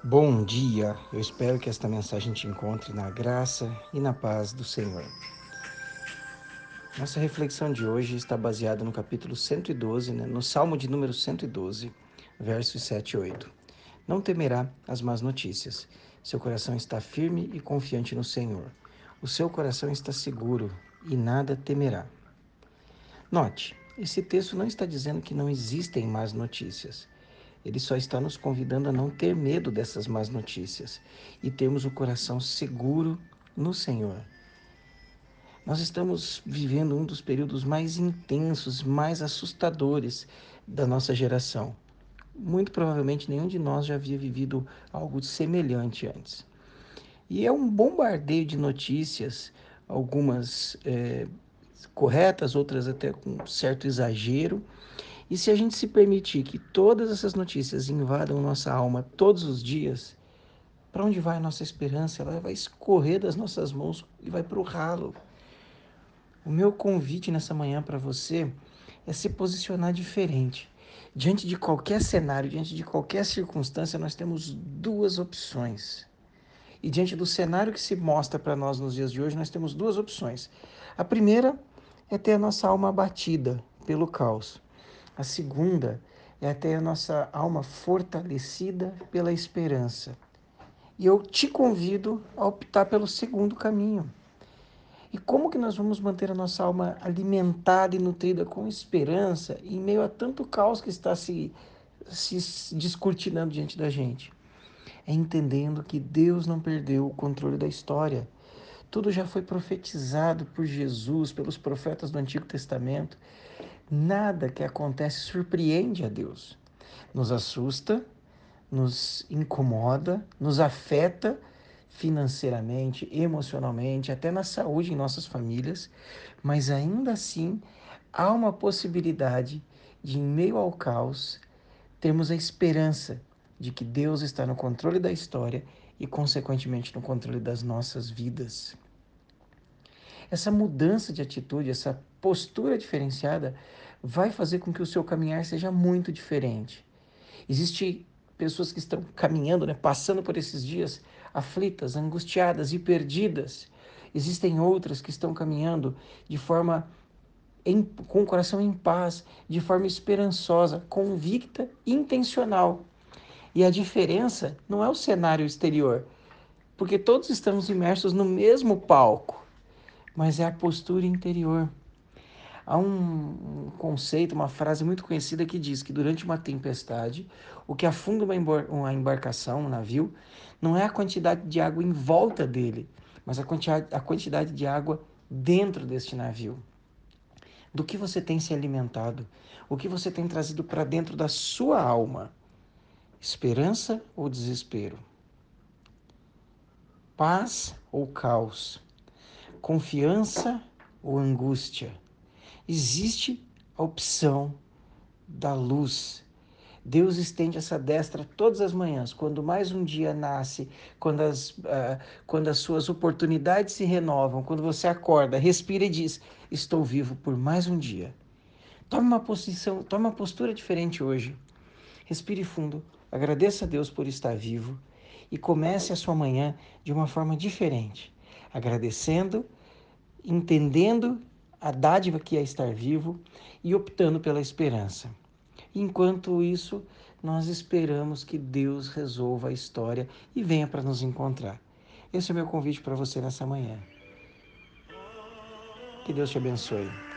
Bom dia, eu espero que esta mensagem te encontre na graça e na paz do Senhor. Nossa reflexão de hoje está baseada no capítulo 112, no Salmo de número 112, versos 7 e 8. Não temerá as más notícias, seu coração está firme e confiante no Senhor. O seu coração está seguro e nada temerá. Note, esse texto não está dizendo que não existem más notícias. Ele só está nos convidando a não ter medo dessas más notícias e termos o coração seguro no Senhor. Nós estamos vivendo um dos períodos mais intensos, mais assustadores da nossa geração. Muito provavelmente nenhum de nós já havia vivido algo semelhante antes. E é um bombardeio de notícias, algumas corretas, outras até com certo exagero. E se a gente se permitir que todas essas notícias invadam nossa alma todos os dias, para onde vai a nossa esperança? Ela vai escorrer das nossas mãos e vai para o ralo. O meu convite nessa manhã para você é se posicionar diferente. Diante de qualquer cenário, diante de qualquer circunstância, nós temos duas opções. E diante do cenário que se mostra para nós nos dias de hoje, nós temos duas opções. A primeira é ter a nossa alma abatida pelo caos. A segunda é ter a nossa alma fortalecida pela esperança. E eu te convido a optar pelo segundo caminho. E como que nós vamos manter a nossa alma alimentada e nutrida com esperança em meio a tanto caos que está se descortinando diante da gente? É entendendo que Deus não perdeu o controle da história. Tudo já foi profetizado por Jesus, pelos profetas do Antigo Testamento. Nada que acontece surpreende a Deus. Nos assusta, nos incomoda, nos afeta financeiramente, emocionalmente, até na saúde em nossas famílias, mas ainda assim há uma possibilidade de, em meio ao caos, termos a esperança de que Deus está no controle da história e, consequentemente, no controle das nossas vidas. Essa mudança de atitude, essa postura diferenciada, vai fazer com que o seu caminhar seja muito diferente. Existem pessoas que estão caminhando, passando por esses dias aflitas, angustiadas e perdidas. Existem outras que estão caminhando de forma com o coração em paz, de forma esperançosa, convicta e intencional. E a diferença não é o cenário exterior, porque todos estamos imersos no mesmo palco, mas é a postura interior. Há um conceito, uma frase muito conhecida que diz que durante uma tempestade, o que afunda uma embarcação, um navio, não é a quantidade de água em volta dele, mas a quantidade de água dentro deste navio. Do que você tem se alimentado? O que você tem trazido para dentro da sua alma? Esperança ou desespero? Paz ou caos? Confiança ou angústia? Existe a opção da luz. Deus estende essa destra todas as manhãs, quando mais um dia nasce, quando as suas oportunidades se renovam, quando você acorda, respira e diz: estou vivo por mais um dia. Tome uma postura diferente hoje. Respire fundo, agradeça a Deus por estar vivo e comece a sua manhã de uma forma diferente, agradecendo, entendendo a dádiva que é estar vivo e optando pela esperança. Enquanto isso, nós esperamos que Deus resolva a história e venha para nos encontrar. Esse é o meu convite para você nessa manhã. Que Deus te abençoe.